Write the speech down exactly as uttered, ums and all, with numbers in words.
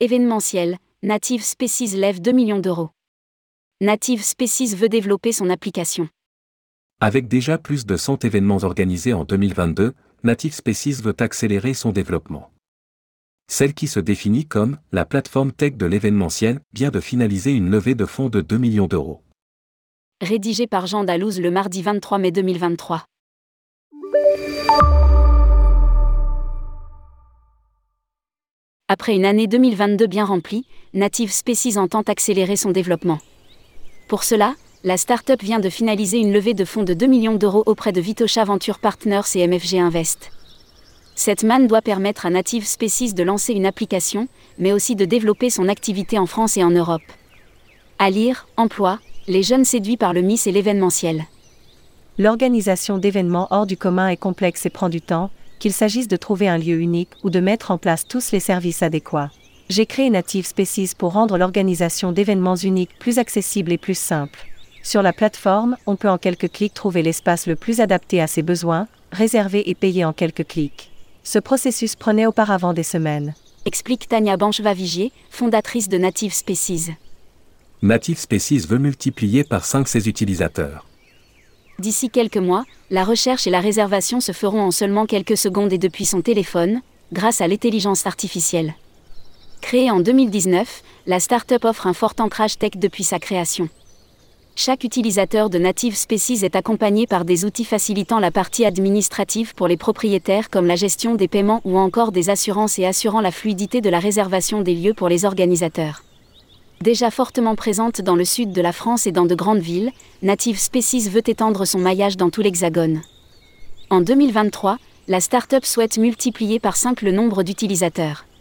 Événementiel, Native Spaces lève deux millions d'euros. Native Spaces veut développer son application. Avec déjà plus de cent événements organisés en deux mille vingt-deux, Native Spaces veut accélérer son développement. Celle qui se définit comme la plateforme tech de l'événementiel vient de finaliser une levée de fonds de deux millions d'euros. Rédigé par Jean Dalouse le mardi vingt-trois mai deux mille vingt-trois. Après une année deux mille vingt-deux bien remplie, Native Spaces entend accélérer son développement. Pour cela, la start-up vient de finaliser une levée de fonds de deux millions d'euros auprès de Vitosha Venture Partners et M F G Invest. Cette manne doit permettre à Native Spaces de lancer une application, mais aussi de développer son activité en France et en Europe. À lire, Emploi, les jeunes séduits par le M I S et l'événementiel. L'organisation d'événements hors du commun est complexe et prend du temps, qu'il s'agisse de trouver un lieu unique ou de mettre en place tous les services adéquats. J'ai créé Native Spaces pour rendre l'organisation d'événements uniques plus accessible et plus simple. Sur la plateforme, on peut en quelques clics trouver l'espace le plus adapté à ses besoins, réserver et payer en quelques clics. Ce processus prenait auparavant des semaines. Explique Tania Bancheva-Vigier, fondatrice de Native Spaces. Native Spaces veut multiplier par cinq ses utilisateurs. D'ici quelques mois, la recherche et la réservation se feront en seulement quelques secondes et depuis son téléphone, grâce à l'intelligence artificielle. Créée en deux mille dix-neuf, la start-up offre un fort ancrage tech depuis sa création. Chaque utilisateur de Native Spaces est accompagné par des outils facilitant la partie administrative pour les propriétaires comme la gestion des paiements ou encore des assurances et assurant la fluidité de la réservation des lieux pour les organisateurs. Déjà fortement présente dans le sud de la France et dans de grandes villes, Native Spaces veut étendre son maillage dans tout l'Hexagone. En deux mille vingt-trois, la start-up souhaite multiplier par cinq le nombre d'utilisateurs.